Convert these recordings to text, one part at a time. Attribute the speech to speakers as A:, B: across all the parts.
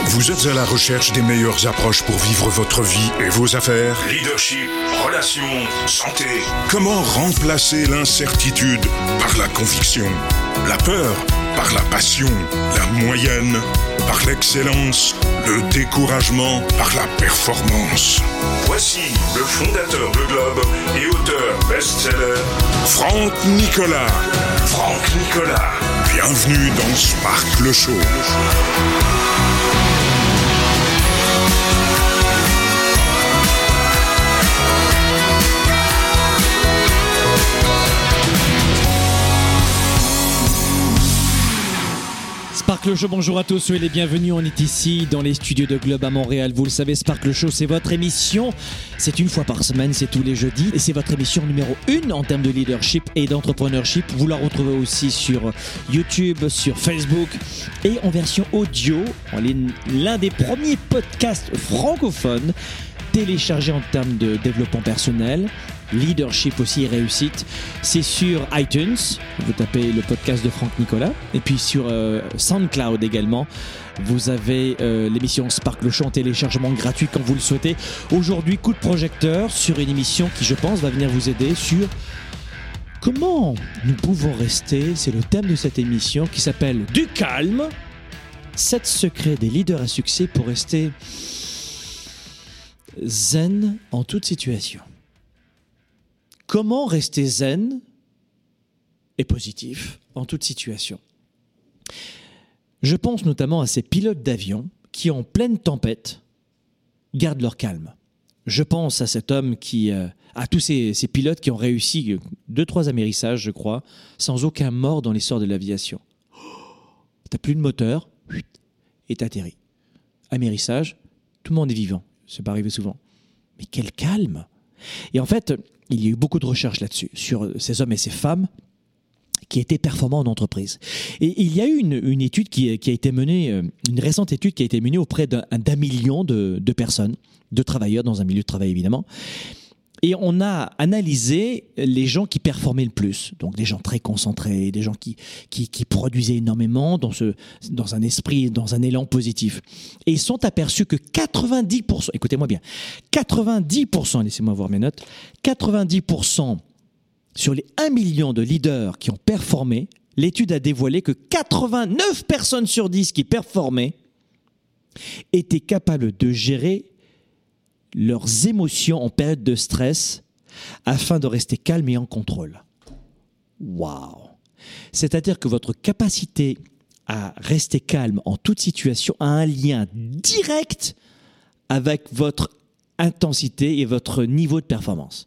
A: Vous êtes à la recherche des meilleures approches pour vivre votre vie et vos affaires? Leadership, relations, santé. Comment remplacer l'incertitude par la conviction? La peur par la passion? La moyenne par l'excellence? Le découragement par la performance? Voici le fondateur de Globe et auteur best-seller, Franck Nicolas. Franck Nicolas. Bienvenue dans Spark le Show.
B: Spark le Show, bonjour à tous, soyez les bienvenus. On est ici dans les studios de Globe à Montréal. Vous le savez, Spark le Show, c'est votre émission. C'est une fois par semaine, c'est tous les jeudis. Et c'est votre émission numéro 1 en termes de leadership et d'entrepreneurship. Vous la retrouvez aussi sur YouTube, sur Facebook et en version audio. On est l'un des premiers podcasts francophones téléchargés en termes de développement personnel. Leadership aussi et réussite, c'est sur iTunes, vous tapez le podcast de Franck Nicolas, et puis sur SoundCloud également, vous avez l'émission Spark le Show en téléchargement gratuit quand vous le souhaitez. Aujourd'hui, coup de projecteur sur une émission qui, je pense, va venir vous aider sur comment nous pouvons rester, c'est le thème de cette émission qui s'appelle Du calme, 7 secrets des leaders à succès pour rester zen en toute situation. Comment rester zen et positif en toute situation? Je pense notamment à ces pilotes d'avion qui, en pleine tempête, gardent leur calme. Je pense à cet homme à tous ces pilotes qui ont réussi 2-3 amérissages, je crois, sans aucun mort dans l'histoire de l'aviation. T'as plus de moteur et t'atterris. Amérissage, tout le monde est vivant. C'est pas arrivé souvent. Mais quel calme! Et en fait, il y a eu beaucoup de recherches là-dessus, sur ces hommes et ces femmes qui étaient performants en entreprise. Et il y a eu une étude qui a été menée, une récente étude qui a été menée auprès d'un million de personnes, de travailleurs dans un milieu de travail évidemment. Et on a analysé les gens qui performaient le plus. Donc des gens très concentrés, des gens qui produisaient énormément dans un esprit, dans un élan positif. Et ils sont aperçus que 90%, écoutez-moi bien, 90%, laissez-moi voir mes notes, 90% sur les 1 million de leaders qui ont performé, l'étude a dévoilé que 89 personnes sur 10 qui performaient étaient capables de gérer leurs émotions en période de stress afin de rester calme et en contrôle. Waouh! C'est-à-dire que votre capacité à rester calme en toute situation a un lien direct avec votre intensité et votre niveau de performance.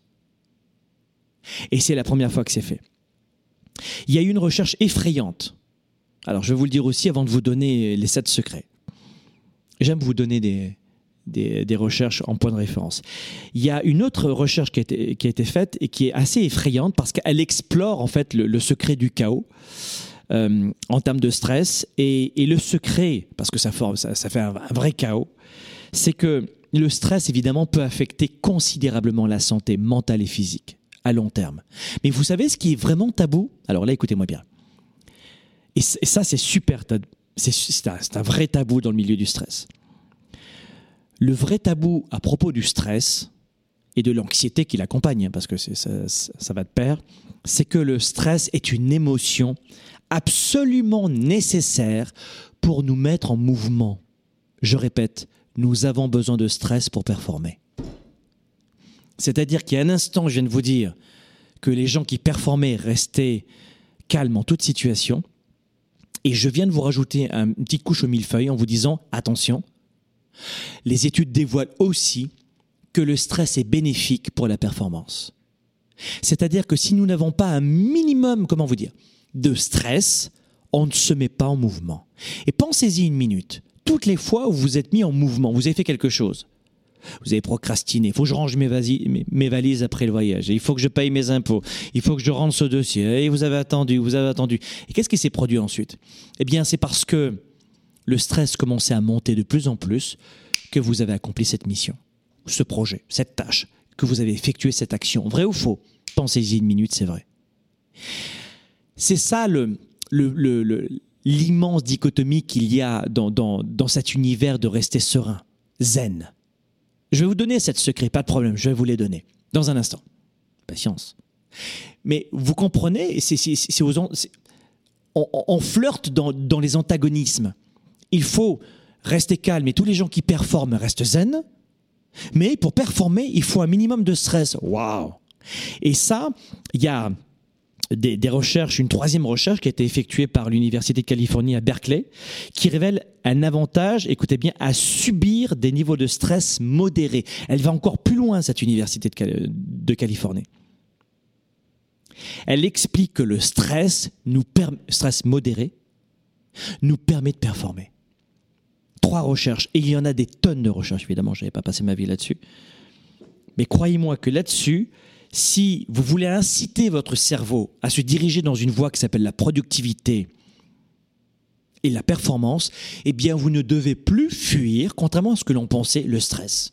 B: Et c'est la première fois que c'est fait. Il y a eu une recherche effrayante. Alors, je vais vous le dire aussi avant de vous donner les 7 secrets. J'aime vous donner des recherches en point de référence. Il y a une autre recherche qui a été faite et qui est assez effrayante parce qu'elle explore en fait le secret du chaos en termes de stress et le secret, parce que ça fait un vrai chaos, c'est que le stress évidemment peut affecter considérablement la santé mentale et physique à long terme. Mais vous savez ce qui est vraiment tabou? Alors là, écoutez-moi bien. Et ça, c'est super tabou. C'est un vrai tabou dans le milieu du stress. Le vrai tabou à propos du stress et de l'anxiété qui l'accompagne, parce que ça va de pair, c'est que le stress est une émotion absolument nécessaire pour nous mettre en mouvement. Je répète, nous avons besoin de stress pour performer. C'est-à-dire qu'il y a un instant, je viens de vous dire que les gens qui performaient restaient calmes en toute situation, et je viens de vous rajouter une petite couche au millefeuille en vous disant « Attention !» Les études dévoilent aussi que le stress est bénéfique pour la performance. C'est-à-dire que si nous n'avons pas un minimum, de stress, on ne se met pas en mouvement. Et pensez-y une minute. Toutes les fois où vous vous êtes mis en mouvement, vous avez fait quelque chose. Vous avez procrastiné. Il faut que je range mes valises après le voyage. Il faut que je paye mes impôts. Il faut que je rende ce dossier. Et vous avez attendu. Et qu'est-ce qui s'est produit ensuite? Eh bien, c'est parce que le stress commençait à monter de plus en plus que vous avez accompli cette mission, ce projet, cette tâche, que vous avez effectué cette action. Vrai ou faux? Pensez-y une minute, c'est vrai. C'est ça l'immense dichotomie qu'il y a dans cet univers de rester serein, zen. Je vais vous donner cette secret, pas de problème, je vais vous les donner dans un instant. Patience. Mais vous comprenez, on flirte dans les antagonismes. Il faut rester calme et tous les gens qui performent restent zen. Mais pour performer, il faut un minimum de stress. Waouh! Et ça, il y a des recherches, une troisième recherche qui a été effectuée par l'Université de Californie à Berkeley, qui révèle un avantage, écoutez bien, à subir des niveaux de stress modérés. Elle va encore plus loin, cette Université de Californie. Elle explique que le stress modéré nous permet de performer. 3 recherches, et il y en a des tonnes de recherches, évidemment, je n'avais pas passé ma vie là-dessus. Mais croyez-moi que là-dessus, si vous voulez inciter votre cerveau à se diriger dans une voie qui s'appelle la productivité et la performance, eh bien, vous ne devez plus fuir, contrairement à ce que l'on pensait, le stress.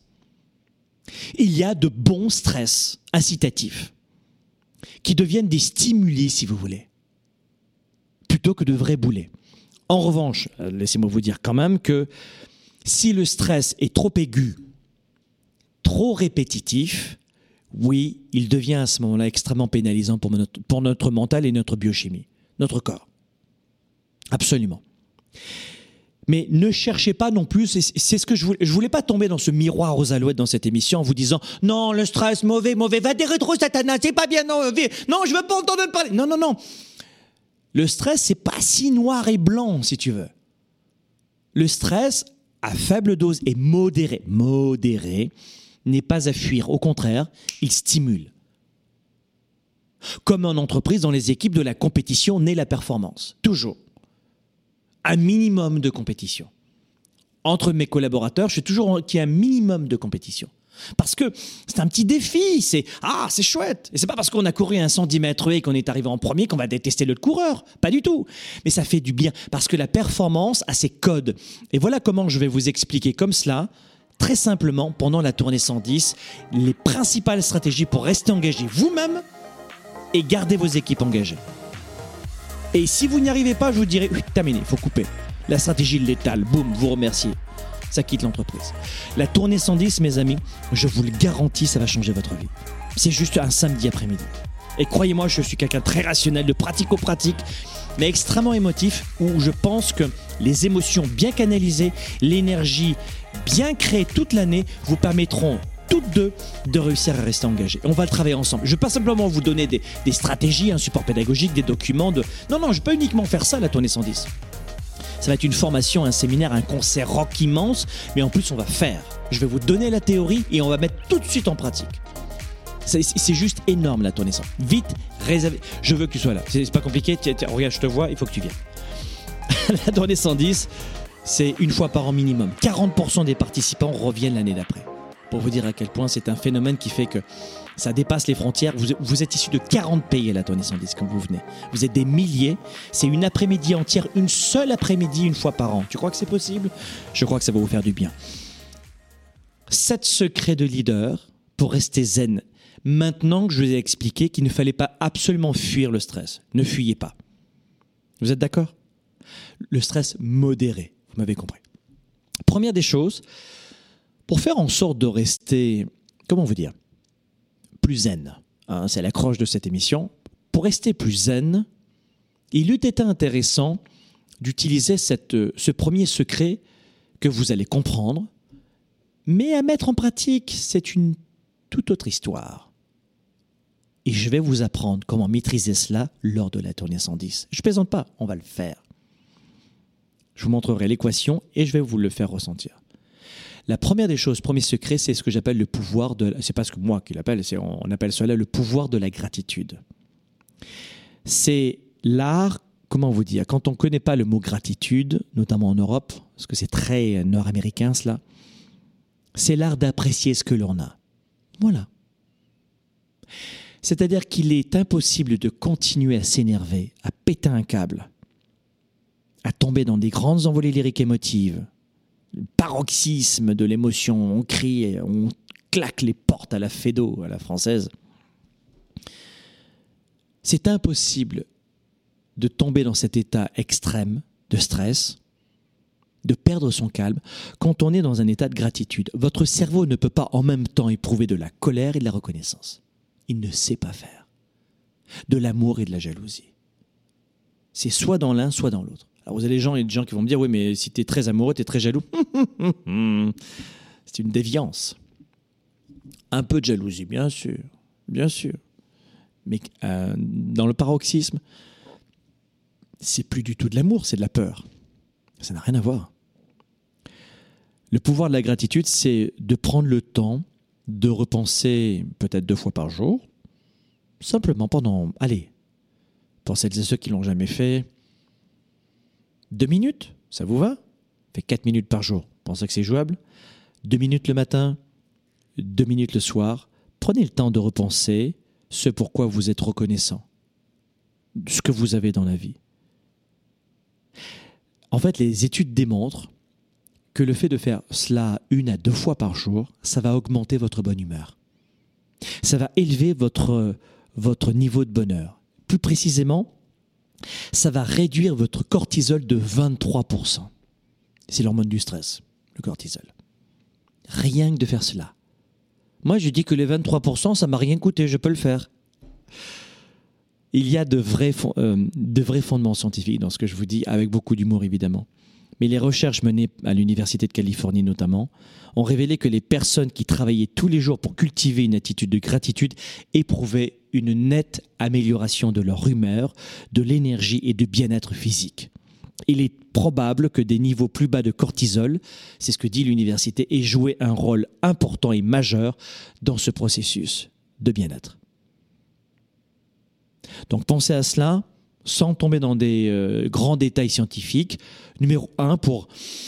B: Il y a de bons stress incitatifs qui deviennent des stimuli, si vous voulez, plutôt que de vrais boulets. En revanche, laissez-moi vous dire quand même que si le stress est trop aigu, trop répétitif, oui, il devient à ce moment-là extrêmement pénalisant pour notre mental et notre biochimie, notre corps. Absolument. Mais ne cherchez pas non plus, c'est ce que je voulais pas tomber dans ce miroir aux alouettes dans cette émission en vous disant « Non, le stress, mauvais, va des rétro Satanas, c'est pas bien, non, je veux pas entendre parler. » Non. Le stress, c'est pas si noir et blanc, si tu veux. Le stress, à faible dose et modéré, n'est pas à fuir. Au contraire, il stimule. Comme en entreprise, dans les équipes, de la compétition naît la performance. Toujours. Un minimum de compétition. Entre mes collaborateurs, je suis toujours qu'il y a un minimum de compétition. Parce que c'est un petit défi, c'est chouette. Et c'est pas parce qu'on a couru un 110 mètres et qu'on est arrivé en premier qu'on va détester l'autre coureur. Pas du tout. Mais ça fait du bien parce que la performance a ses codes. Et voilà comment je vais vous expliquer comme cela, très simplement, pendant la tournée 110, les principales stratégies pour rester engagé vous-même et garder vos équipes engagées. Et si vous n'y arrivez pas, je vous dirai, terminé, il faut couper. La stratégie létale, boum, vous remerciez. Ça quitte l'entreprise. La tournée 110, mes amis, je vous le garantis, ça va changer votre vie. C'est juste un samedi après-midi. Et croyez-moi, je suis quelqu'un de très rationnel, de pratico-pratique, mais extrêmement émotif, où je pense que les émotions bien canalisées, l'énergie bien créée toute l'année, vous permettront toutes deux de réussir à rester engagés. On va le travailler ensemble. Je ne vais pas simplement vous donner des stratégies, un support pédagogique, des documents. Non, je ne vais pas uniquement faire ça, la tournée 110. Ça va être une formation, un séminaire, un concert rock immense, mais en plus on va faire. Je vais vous donner la théorie et on va mettre tout de suite en pratique. C'est juste énorme la tournée 100. Vite, réservé. Je veux que tu sois là. C'est pas compliqué. Tiens, regarde, je te vois, il faut que tu viennes. La tournée 110, c'est une fois par an minimum. 40% des participants reviennent l'année d'après. Pour vous dire à quel point c'est un phénomène qui fait que ça dépasse les frontières. Vous êtes issus de 40 pays à la tournée 110 quand vous venez. Vous êtes des milliers. C'est une après-midi entière, une seule après-midi, une fois par an. Tu crois que c'est possible ? Je crois que ça va vous faire du bien. 7 secrets de leader pour rester zen. Maintenant que je vous ai expliqué qu'il ne fallait pas absolument fuir le stress. Ne fuyez pas. Vous êtes d'accord ? Le stress modéré, vous m'avez compris. Première des choses, pour faire en sorte de rester, comment vous dire, plus zen, c'est l'accroche de cette émission, pour rester plus zen, il eût été intéressant d'utiliser ce premier secret que vous allez comprendre, mais à mettre en pratique, c'est une toute autre histoire. Et je vais vous apprendre comment maîtriser cela lors de la tournée 110. Je ne plaisante pas, on va le faire. Je vous montrerai l'équation et je vais vous le faire ressentir. La première des choses, premier secret, c'est ce que j'appelle le pouvoir de... C'est pas ce que moi qui l'appelle, on appelle cela le pouvoir de la gratitude. C'est l'art, comment vous dire, quand on ne connaît pas le mot gratitude, notamment en Europe, parce que c'est très nord-américain cela, c'est l'art d'apprécier ce que l'on a. Voilà. C'est-à-dire qu'il est impossible de continuer à s'énerver, à péter un câble, à tomber dans des grandes envolées lyriques émotives, le paroxysme de l'émotion, on crie, on claque les portes à la Fédo, à la française. C'est impossible de tomber dans cet état extrême, de stress, de perdre son calme quand on est dans un état de gratitude. Votre cerveau ne peut pas en même temps éprouver de la colère et de la reconnaissance. Il ne sait pas faire. De l'amour et de la jalousie. C'est soit dans l'un, soit dans l'autre. Alors vous avez il y a des gens qui vont me dire, oui, mais si tu es très amoureux, tu es très jaloux. C'est une déviance. Un peu de jalousie, bien sûr. Bien sûr. Mais dans le paroxysme, c'est plus du tout de l'amour, c'est de la peur. Ça n'a rien à voir. Le pouvoir de la gratitude, c'est de prendre le temps de repenser peut-être 2 fois par jour, simplement pendant, pour celles et ceux qui ne l'ont jamais fait, 2 minutes, ça vous va ? Fait 4 minutes par jour. Pensez que c'est jouable ? 2 minutes le matin, 2 minutes le soir. Prenez le temps de repenser ce pourquoi vous êtes reconnaissant, ce que vous avez dans la vie. En fait, les études démontrent que le fait de faire cela 1 à 2 fois par jour, ça va augmenter votre bonne humeur. Ça va élever votre niveau de bonheur. Plus précisément, ça va réduire votre cortisol de 23%. C'est l'hormone du stress, le cortisol. Rien que de faire cela. Moi, je dis que les 23%, ça ne m'a rien coûté, je peux le faire. Il y a de vrais fondements scientifiques dans ce que je vous dis, avec beaucoup d'humour évidemment. Mais les recherches menées à l'Université de Californie notamment ont révélé que les personnes qui travaillaient tous les jours pour cultiver une attitude de gratitude éprouvaient une nette amélioration de leur humeur, de l'énergie et du bien-être physique. Il est probable que des niveaux plus bas de cortisol, c'est ce que dit l'université, aient joué un rôle important et majeur dans ce processus de bien-être. Donc pensez à cela sans tomber dans des grands détails scientifiques. Numéro 1, pour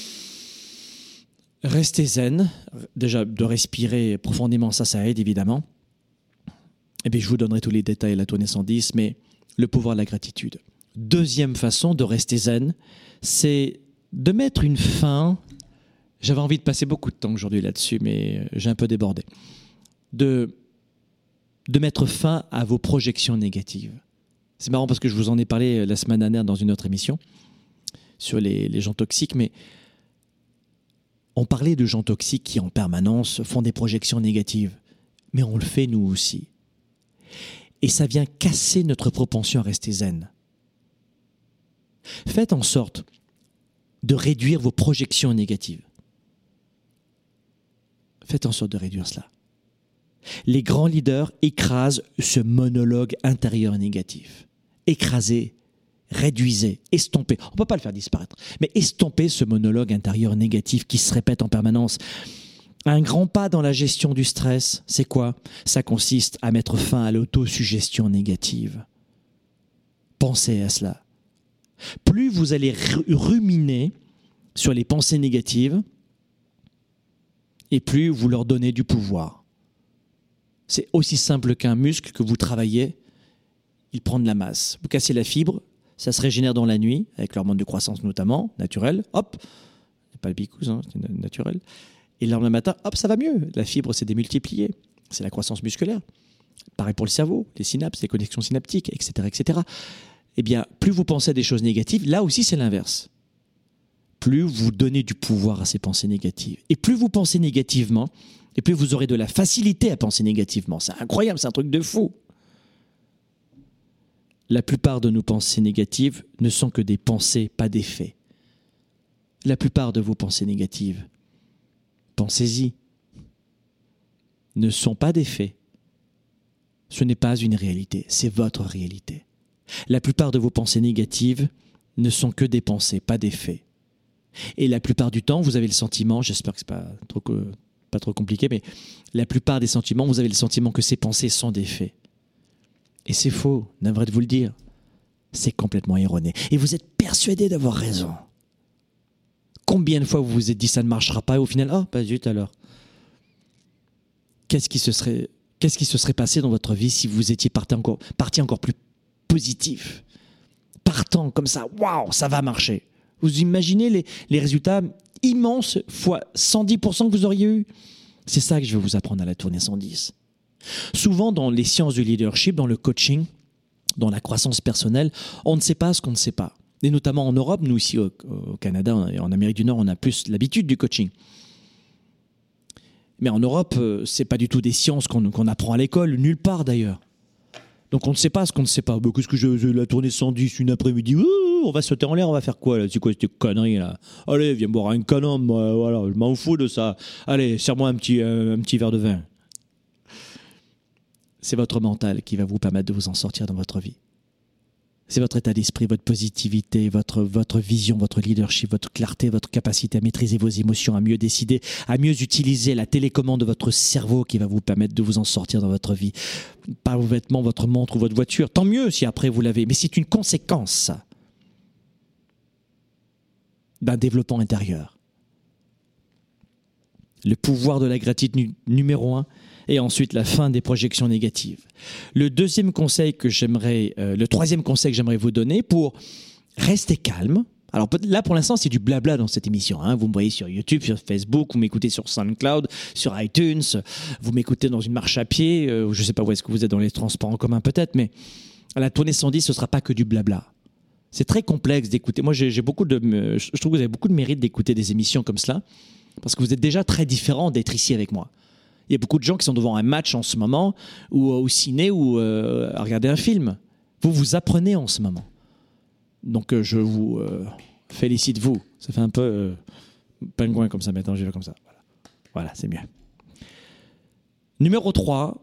B: rester zen, déjà de respirer profondément, ça aide évidemment. Et bien je vous donnerai tous les détails à la tournée 110, mais le pouvoir de la gratitude. Deuxième façon de rester zen, c'est de mettre une fin. J'avais envie de passer beaucoup de temps aujourd'hui là-dessus, mais j'ai un peu débordé. De mettre fin à vos projections négatives. C'est marrant parce que je vous en ai parlé la semaine dernière dans une autre émission sur les gens toxiques, mais on parlait de gens toxiques qui en permanence font des projections négatives, mais on le fait nous aussi. Et ça vient casser notre propension à rester zen. Faites en sorte de réduire vos projections négatives. Faites en sorte de réduire cela. Les grands leaders écrasent ce monologue intérieur négatif. Écrasez, réduisez, estompez. On ne peut pas le faire disparaître, mais estompez ce monologue intérieur négatif qui se répète en permanence. Un grand pas dans la gestion du stress, c'est quoi ? Ça consiste à mettre fin à l'autosuggestion négative. Pensez à cela. Plus vous allez ruminer sur les pensées négatives, et plus vous leur donnez du pouvoir. C'est aussi simple qu'un muscle que vous travaillez, il prend de la masse. Vous cassez la fibre, ça se régénère dans la nuit, avec l'hormone de croissance notamment, naturelle, hop, c'est pas le bicous, hein, c'est naturel. Et le lendemain matin, hop, ça va mieux. La fibre s'est démultipliée. C'est la croissance musculaire. Pareil pour le cerveau, les synapses, les connexions synaptiques, etc., etc. Eh bien, plus vous pensez à des choses négatives, là aussi c'est l'inverse. Plus vous donnez du pouvoir à ces pensées négatives. Et plus vous pensez négativement, et plus vous aurez de la facilité à penser négativement. C'est incroyable, c'est un truc de fou. La plupart de nos pensées négatives ne sont que des pensées, pas des faits. La plupart de vos pensées négatives, pensez-y, ne sont pas des faits. Ce n'est pas une réalité, c'est votre réalité. La plupart de vos pensées négatives ne sont que des pensées, pas des faits. Et la plupart du temps, vous avez le sentiment, j'espère que ce n'est pas trop compliqué, mais la plupart des sentiments, vous avez le sentiment que ces pensées sont des faits. Et c'est faux, navré de vous le dire. C'est complètement erroné. Et vous êtes persuadé d'avoir raison. Combien de fois vous vous êtes dit ça ne marchera pas et au final, pas zut alors. Qu'est-ce qui se serait passé dans votre vie si vous étiez parti encore plus positif, partant comme ça, waouh, ça va marcher. Vous imaginez les résultats immenses fois 110% que vous auriez eu. C'est ça que je vais vous apprendre à la tournée 110. Souvent dans les sciences du leadership, dans le coaching, dans la croissance personnelle, on ne sait pas ce qu'on ne sait pas. Et notamment en Europe, nous ici au Canada et en Amérique du Nord, on a plus l'habitude du coaching. Mais en Europe, c'est pas du tout des sciences qu'on apprend à l'école, nulle part d'ailleurs. Donc on ne sait pas ce qu'on ne sait pas. Qu'est-ce que j'ai la tournée 110 une après-midi, on va sauter en l'air, on va faire quoi là? C'est quoi cette connerie là? Allez, viens boire un canon, moi, voilà, je m'en fous de ça. Allez, serre-moi un petit verre de vin. C'est votre mental qui va vous permettre de vous en sortir dans votre vie. C'est votre état d'esprit, votre positivité, votre vision, votre leadership, votre clarté, votre capacité à maîtriser vos émotions, à mieux décider, à mieux utiliser la télécommande de votre cerveau qui va vous permettre de vous en sortir dans votre vie. Pas vos vêtements, votre montre ou votre voiture. Tant mieux si après vous l'avez. Mais c'est une conséquence d'un développement intérieur. Le pouvoir de la gratitude numéro 1. Et ensuite la fin des projections négatives. Le troisième conseil que j'aimerais vous donner pour rester calme. Alors là, pour l'instant, c'est du blabla dans cette émission. Vous me voyez sur YouTube, sur Facebook, vous m'écoutez sur SoundCloud, sur iTunes, vous m'écoutez dans une marche à pied. Je ne sais pas où est-ce que vous êtes dans les transports en commun peut-être, mais à la tournée 110, ce ne sera pas que du blabla. C'est très complexe d'écouter. Moi, je trouve que vous avez beaucoup de mérite d'écouter des émissions comme cela, parce que vous êtes déjà très différents d'être ici avec moi. Il y a beaucoup de gens qui sont devant un match en ce moment, ou au ciné, ou à regarder un film. Vous apprenez en ce moment. Donc je vous félicite, vous. Ça fait un peu pingouin comme ça maintenant, je vais comme ça. Voilà, c'est mieux. Numéro 3,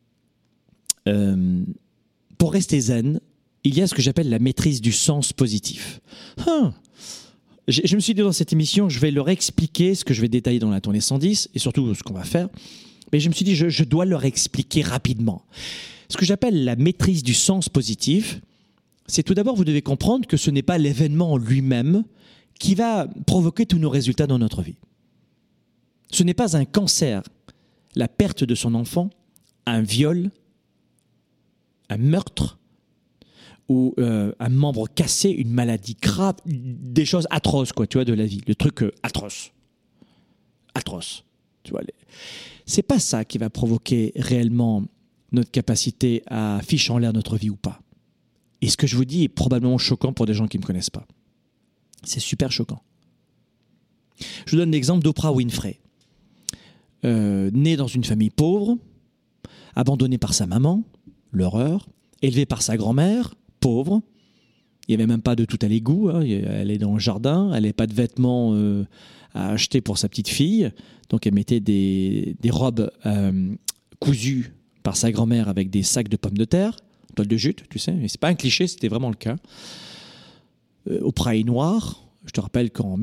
B: pour rester zen, il y a ce que j'appelle la maîtrise du sens positif. Je me suis dit dans cette émission, je vais leur expliquer ce que je vais détailler dans la tournée 110, et surtout ce qu'on va faire. Mais je me suis dit, je dois leur expliquer rapidement. Ce que j'appelle la maîtrise du sens positif, c'est tout d'abord, vous devez comprendre que ce n'est pas l'événement en lui-même qui va provoquer tous nos résultats dans notre vie. Ce n'est pas un cancer, la perte de son enfant, un viol, un meurtre, ou un membre cassé, une maladie grave, des choses atroces, quoi, tu vois, de la vie. Le truc atroce. Atroce. Tu vois, c'est pas ça qui va provoquer réellement notre capacité à ficher en l'air notre vie ou pas. Et ce que je vous dis est probablement choquant pour des gens qui ne me connaissent pas. C'est super choquant. Je vous donne l'exemple d'Oprah Winfrey. Née dans une famille pauvre, abandonnée par sa maman, l'horreur, élevée par sa grand-mère, pauvre. Il n'y avait même pas de tout à l'égout. Elle est dans le jardin, elle n'avait pas de vêtements à acheter pour sa petite fille. Donc elle mettait des robes cousues par sa grand-mère avec des sacs de pommes de terre, toile de jute, tu sais. Et c'est pas un cliché, c'était vraiment le cas. Oprah est noire. Je te rappelle qu'en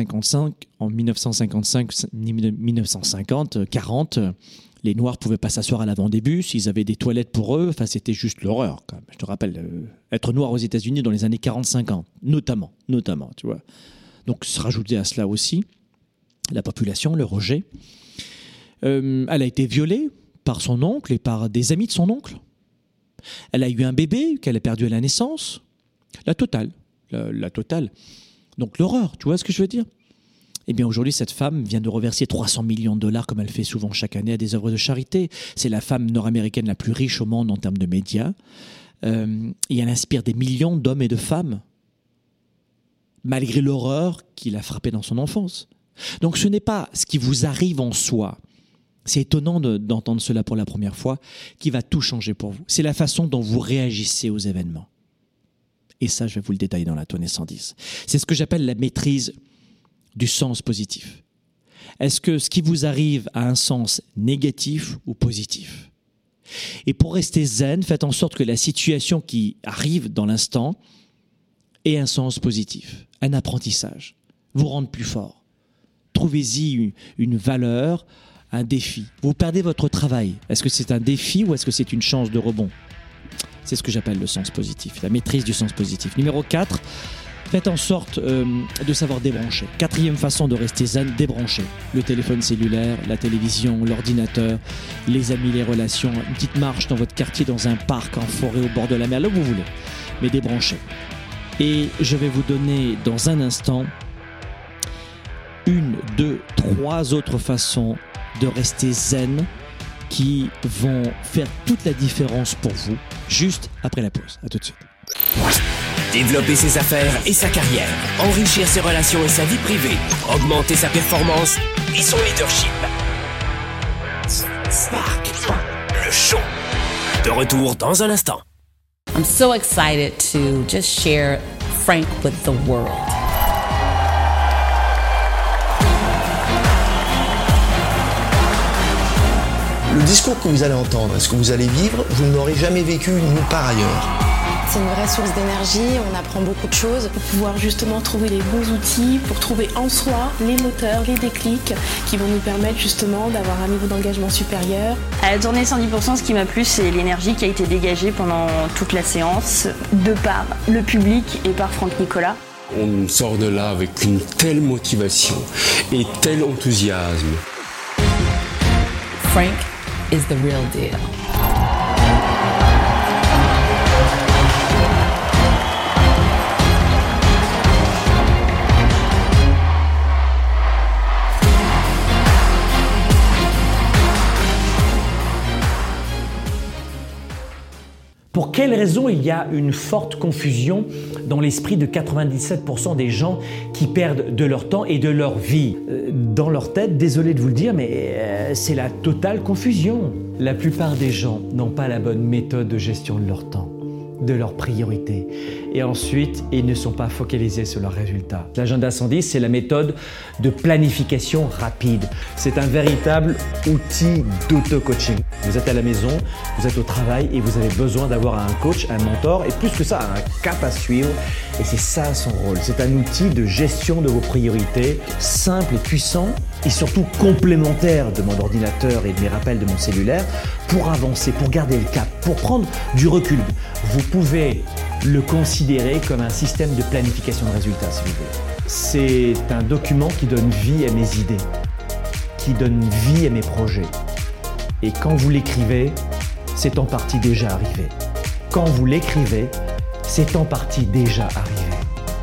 B: 1950, 40, les Noirs pouvaient pas s'asseoir à l'avant des bus, ils avaient des toilettes pour eux, enfin c'était juste l'horreur quand même. Je te rappelle, être noir aux États-Unis dans les années 40-50, notamment, tu vois. Donc se rajouter à cela aussi la population, le rejet. Elle a été violée par son oncle et par des amis de son oncle. Elle a eu un bébé qu'elle a perdu à la naissance. La totale. Donc l'horreur, tu vois ce que je veux dire? Eh bien aujourd'hui, cette femme vient de reverser 300 millions de dollars, comme elle fait souvent chaque année, à des œuvres de charité. C'est la femme nord-américaine la plus riche au monde en termes de médias. Et elle inspire des millions d'hommes et de femmes, malgré l'horreur qui l'a frappée dans son enfance. Donc ce n'est pas ce qui vous arrive en soi, c'est étonnant d'entendre cela pour la première fois, qui va tout changer pour vous. C'est la façon dont vous réagissez aux événements. Et ça, je vais vous le détailler dans la tournée 110. C'est ce que j'appelle la maîtrise du sens positif. Est-ce que ce qui vous arrive a un sens négatif ou positif? Et pour rester zen, faites en sorte que la situation qui arrive dans l'instant ait un sens positif, un apprentissage, vous rendre plus fort. Trouvez-y une valeur, un défi. Vous perdez votre travail. Est-ce que c'est un défi ou est-ce que c'est une chance de rebond? C'est ce que j'appelle le sens positif, la maîtrise du sens positif. Numéro 4, faites en sorte de savoir débrancher. 4e façon de rester zen, débrancher. Le téléphone cellulaire, la télévision, l'ordinateur, les amis, les relations, une petite marche dans votre quartier, dans un parc, en forêt, au bord de la mer, là où vous voulez. Mais débrancher. Et je vais vous donner dans un instant 1, 2, 3 autres façons de rester zen qui vont faire toute la différence pour vous juste après la pause. À tout de suite.
C: Développer ses affaires et sa carrière, enrichir ses relations et sa vie privée, augmenter sa performance et son leadership. Spark, le show. De retour dans un instant.
D: I'm so excited to just share Frank with the world.
E: Le discours que vous allez entendre et ce que vous allez vivre, vous ne l'aurez jamais vécu nulle part ailleurs.
F: C'est une vraie source d'énergie, on apprend beaucoup de choses pour pouvoir justement trouver les bons outils, pour trouver en soi les moteurs, les déclics qui vont nous permettre justement d'avoir un niveau d'engagement supérieur.
G: À la journée 110%, ce qui m'a plu, c'est l'énergie qui a été dégagée pendant toute la séance, de par le public et par Franck Nicolas.
H: On sort de là avec une telle motivation et tel enthousiasme.
D: Frank is the real deal.
I: Pour quelles raisons il y a une forte confusion dans l'esprit de 97% des gens qui perdent de leur temps et de leur vie? Dans leur tête, désolé de vous le dire, mais c'est la totale confusion. La plupart des gens n'ont pas la bonne méthode de gestion de leur temps, de leurs priorités. Et ensuite, ils ne sont pas focalisés sur leurs résultats. L'agenda 110, c'est la méthode de planification rapide. C'est un véritable outil d'auto-coaching. Vous êtes à la maison, vous êtes au travail et vous avez besoin d'avoir un coach, un mentor et plus que ça, un cap à suivre. Et c'est ça son rôle. C'est un outil de gestion de vos priorités, simple et puissant et surtout complémentaire de mon ordinateur et de mes rappels de mon cellulaire pour avancer, pour garder le cap, pour prendre du recul. Vous pouvez le considérer comme un système de planification de résultats, si vous voulez. C'est un document qui donne vie à mes idées, qui donne vie à mes projets. Et quand vous l'écrivez, c'est en partie déjà arrivé. Quand vous l'écrivez, c'est en partie déjà arrivé.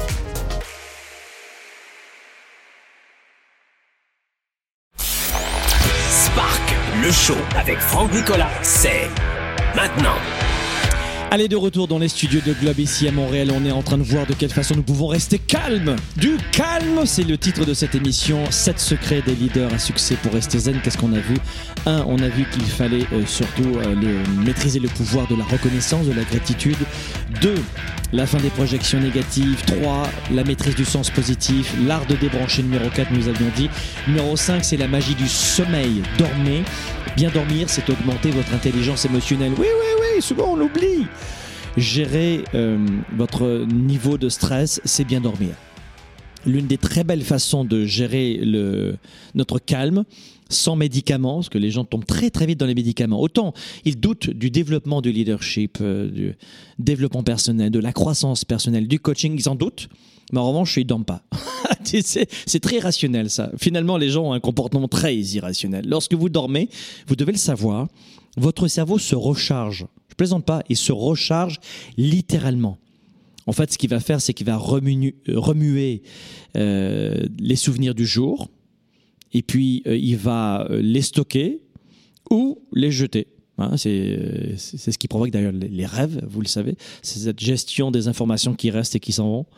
C: Spark, le show avec Franck Nicolas, c'est maintenant.
B: Allez, de retour dans les studios de Globe ici à Montréal. On est en train de voir de quelle façon nous pouvons rester calmes. Du calme, c'est le titre de cette émission. 7 secrets des leaders à succès pour rester zen. Qu'est-ce qu'on a vu? 1, on a vu qu'il fallait surtout maîtriser le pouvoir de la reconnaissance, de la gratitude. 2, la fin des projections négatives. 3, la maîtrise du sens positif. L'art de débrancher. Numéro 4, nous avions dit. Numéro 5, c'est la magie du sommeil. Dormez. Bien dormir, c'est augmenter votre intelligence émotionnelle. Oui, souvent on l'oublie. Gérer votre niveau de stress, c'est bien dormir. L'une des très belles façons de gérer notre calme, sans médicaments, parce que les gens tombent très très vite dans les médicaments. Autant ils doutent du développement du leadership, du développement personnel, de la croissance personnelle, du coaching, ils en doutent. Mais en revanche, ils ne dorment pas. C'est très irrationnel ça. Finalement, les gens ont un comportement très irrationnel. Lorsque vous dormez, vous devez le savoir, votre cerveau se recharge. Je plaisante pas, il se recharge littéralement. En fait, ce qu'il va faire, c'est qu'il va remuer les souvenirs du jour et puis il va les stocker ou les jeter. Hein, c'est ce qui provoque d'ailleurs les rêves, vous le savez. C'est cette gestion des informations qui restent et qui s'en vont.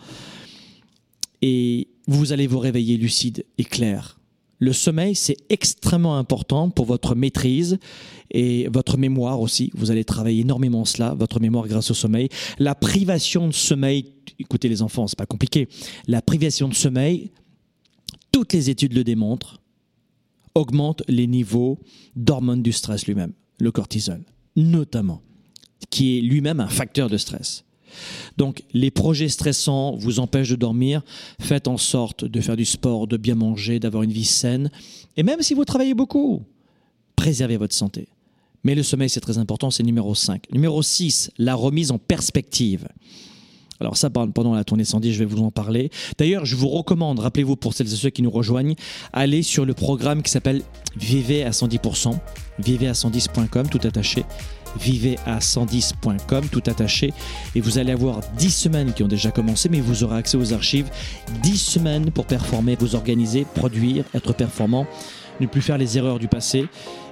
B: Et vous allez vous réveiller lucide et clair. Le sommeil, c'est extrêmement important pour votre maîtrise et votre mémoire aussi. Vous allez travailler énormément cela, votre mémoire grâce au sommeil. La privation de sommeil, écoutez les enfants, c'est pas compliqué. La privation de sommeil, toutes les études le démontrent, augmente les niveaux d'hormones du stress lui-même, le cortisol, notamment, qui est lui-même un facteur de stress. Donc, les projets stressants vous empêchent de dormir. Faites en sorte de faire du sport, de bien manger, d'avoir une vie saine. Et même si vous travaillez beaucoup, préservez votre santé. Mais le sommeil, c'est très important, c'est numéro 5. Numéro 6, la remise en perspective. Alors ça, pendant la tournée 110, je vais vous en parler. D'ailleurs, je vous recommande, rappelez-vous pour celles et ceux qui nous rejoignent, allez sur le programme qui s'appelle Vivez à 110%, vivez-à-110.com, tout attaché. vivez-à-110.com, tout attaché, et vous allez avoir 10 semaines qui ont déjà commencé, mais vous aurez accès aux archives, 10 semaines pour performer, vous organiser, produire, être performant, ne plus faire les erreurs du passé,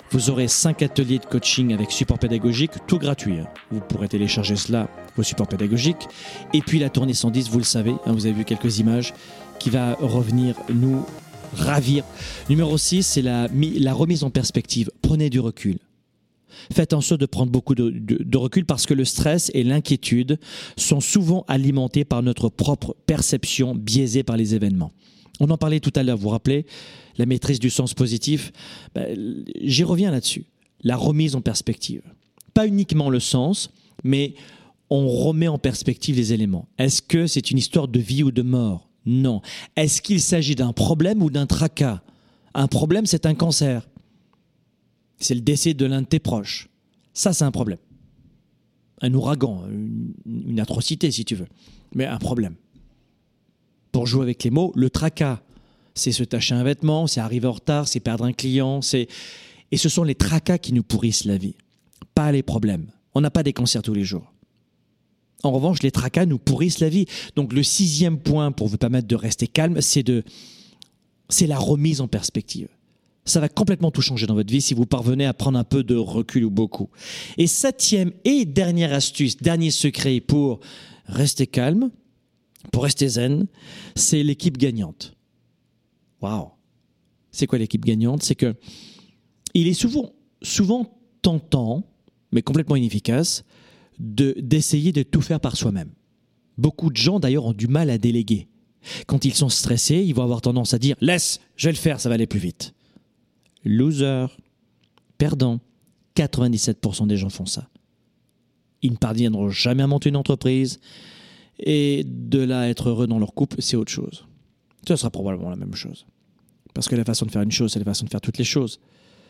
B: Vous aurez 5 ateliers de coaching avec support pédagogique, tout gratuit. Vous pourrez télécharger cela, vos supports pédagogiques. Et puis la tournée 110, vous le savez, vous avez vu quelques images, qui va revenir nous ravir. Numéro 6, c'est la remise en perspective. Prenez du recul. Faites en sorte de prendre beaucoup de recul parce que le stress et l'inquiétude sont souvent alimentés par notre propre perception biaisée par les événements. On en parlait tout à l'heure, vous vous rappelez, la maîtrise du sens positif. J'y reviens là-dessus. La remise en perspective. Pas uniquement le sens, mais on remet en perspective les éléments. Est-ce que c'est une histoire de vie ou de mort ? Non. Est-ce qu'il s'agit d'un problème ou d'un tracas ? Un problème, c'est un cancer. C'est le décès de l'un de tes proches. Ça, c'est un problème. Un ouragan, une atrocité, si tu veux. Mais un problème. Pour jouer avec les mots, le tracas, c'est se tacher un vêtement, c'est arriver en retard, c'est perdre un client. Et ce sont les tracas qui nous pourrissent la vie, pas les problèmes. On n'a pas des cancers tous les jours. En revanche, les tracas nous pourrissent la vie. Donc le 6e point pour vous permettre de rester calme, c'est la remise en perspective. Ça va complètement tout changer dans votre vie si vous parvenez à prendre un peu de recul ou beaucoup. Et 7e et dernière astuce, dernier secret pour rester calme, pour rester zen, c'est l'équipe gagnante. Waouh! C'est quoi l'équipe gagnante? C'est que il est souvent tentant, mais complètement inefficace, d'essayer de tout faire par soi-même. Beaucoup de gens d'ailleurs ont du mal à déléguer. Quand ils sont stressés, ils vont avoir tendance à dire « Laisse, je vais le faire, ça va aller plus vite ». Loser, perdant, 97% des gens font ça. Ils ne parviendront jamais à monter une entreprise et de là à être heureux dans leur couple, c'est autre chose. Ce sera probablement la même chose. Parce que la façon de faire une chose, c'est la façon de faire toutes les choses.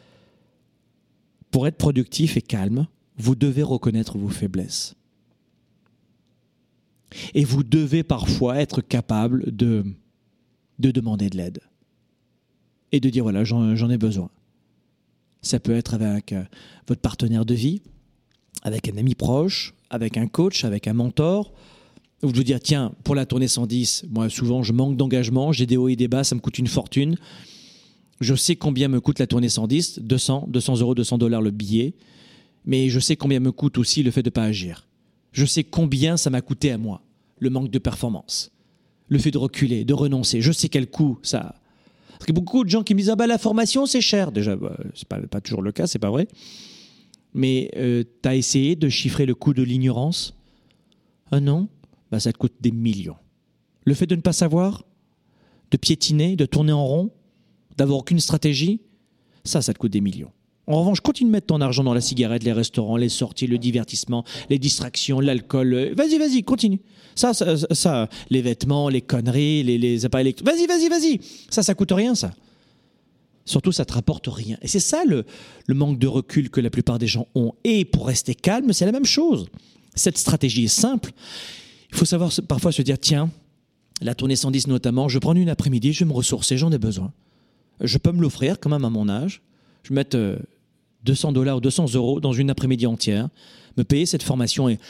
B: Pour être productif et calme, vous devez reconnaître vos faiblesses. Et vous devez parfois être capable de demander de l'aide. Et de dire, voilà, j'en ai besoin. Ça peut être avec votre partenaire de vie, avec un ami proche, avec un coach, avec un mentor. Vous vous dire, tiens, pour la tournée 110, moi souvent je manque d'engagement, j'ai des hauts et des bas, ça me coûte une fortune. Je sais combien me coûte la tournée 110, 200 euros, $200 le billet. Mais je sais combien me coûte aussi le fait de ne pas agir. Je sais combien ça m'a coûté à moi, le manque de performance, le fait de reculer, de renoncer. Je sais quel coût ça a. Parce qu'il y a beaucoup de gens qui me disent « Ah bah la formation c'est cher ». Déjà, c'est pas toujours le cas, c'est pas vrai. Mais tu as essayé de chiffrer le coût de l'ignorance ? Ah non ? Bah ça te coûte des millions. Le fait de ne pas savoir, de piétiner, de tourner en rond, d'avoir aucune stratégie, ça te coûte des millions. En revanche, continue de mettre ton argent dans la cigarette, les restaurants, les sorties, le divertissement, les distractions, l'alcool. Vas-y, continue. Ça, les vêtements, les conneries, les appareils électriques. Vas-y. Ça coûte rien, ça. Surtout, ça te rapporte rien. Et c'est ça le manque de recul que la plupart des gens ont. Et pour rester calme, c'est la même chose. Cette stratégie est simple. Il faut savoir parfois se dire, tiens, la tournée 110 notamment, je prends une après-midi, je vais me ressourcer, j'en ai besoin. Je peux me l'offrir quand même à mon âge. Je vais mettre $200 ou 200 € dans une après-midi entière, me payer cette formation et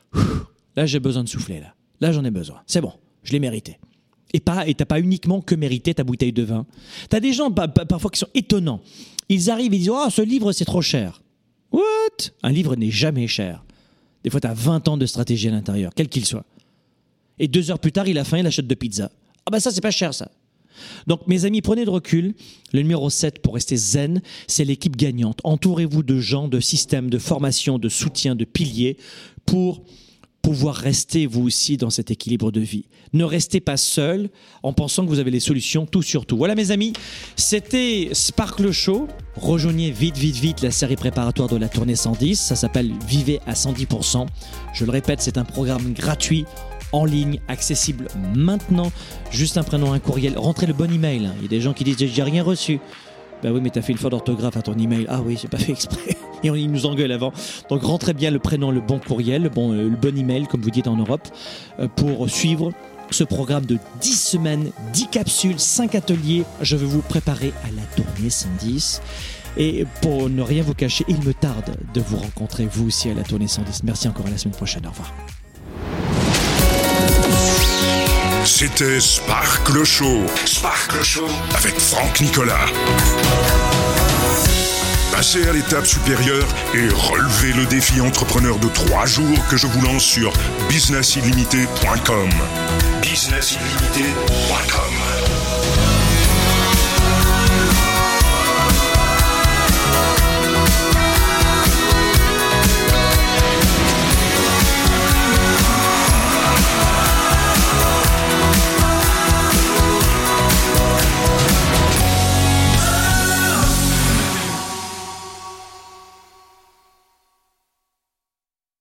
B: là j'ai besoin de souffler, là j'en ai besoin, c'est bon, je l'ai mérité. Et t'as pas uniquement que mérité ta bouteille de vin. T'as des gens parfois qui sont étonnants. Ils arrivent et disent « Oh, ce livre c'est trop cher ». What ? Un livre n'est jamais cher. Des fois t'as 20 ans de stratégie à l'intérieur, quel qu'il soit. Et 2 heures plus tard, il a faim, il achète 2 pizzas. Ah bah ça c'est pas cher ça. Donc mes amis, prenez de recul. Le numéro 7 pour rester zen, c'est l'équipe gagnante. Entourez-vous de gens, de systèmes, de formation, de soutien, de piliers pour pouvoir rester vous aussi dans cet équilibre de vie. Ne restez pas seul en pensant que vous avez les solutions tout sur tout. Voilà mes amis, c'était Sparkle Show. Rejoignez vite la série préparatoire de la tournée 110. Ça s'appelle Vivez à 110%. Je le répète, c'est un programme gratuit en ligne, accessible maintenant. Juste un prénom, un courriel. Rentrez le bon email. Il y a des gens qui disent « J'ai rien reçu ». Ben oui, mais t'as fait une faute d'orthographe à ton email. Ah oui, j'ai pas fait exprès. Et ils nous engueulent avant. Donc rentrez bien le prénom, le bon courriel, le bon email, comme vous dites en Europe, pour suivre ce programme de 10 semaines, 10 capsules, 5 ateliers. Je vais vous préparer à la tournée 110. Et pour ne rien vous cacher, il me tarde de vous rencontrer, vous aussi, à la tournée 110. Merci encore, à la semaine prochaine. Au revoir.
A: C'était Sparkle Show. Sparkle Show avec Franck Nicolas. Passez à l'étape supérieure et relevez le défi entrepreneur de 3 jours que je vous lance sur businessillimité.com. businessillimité.com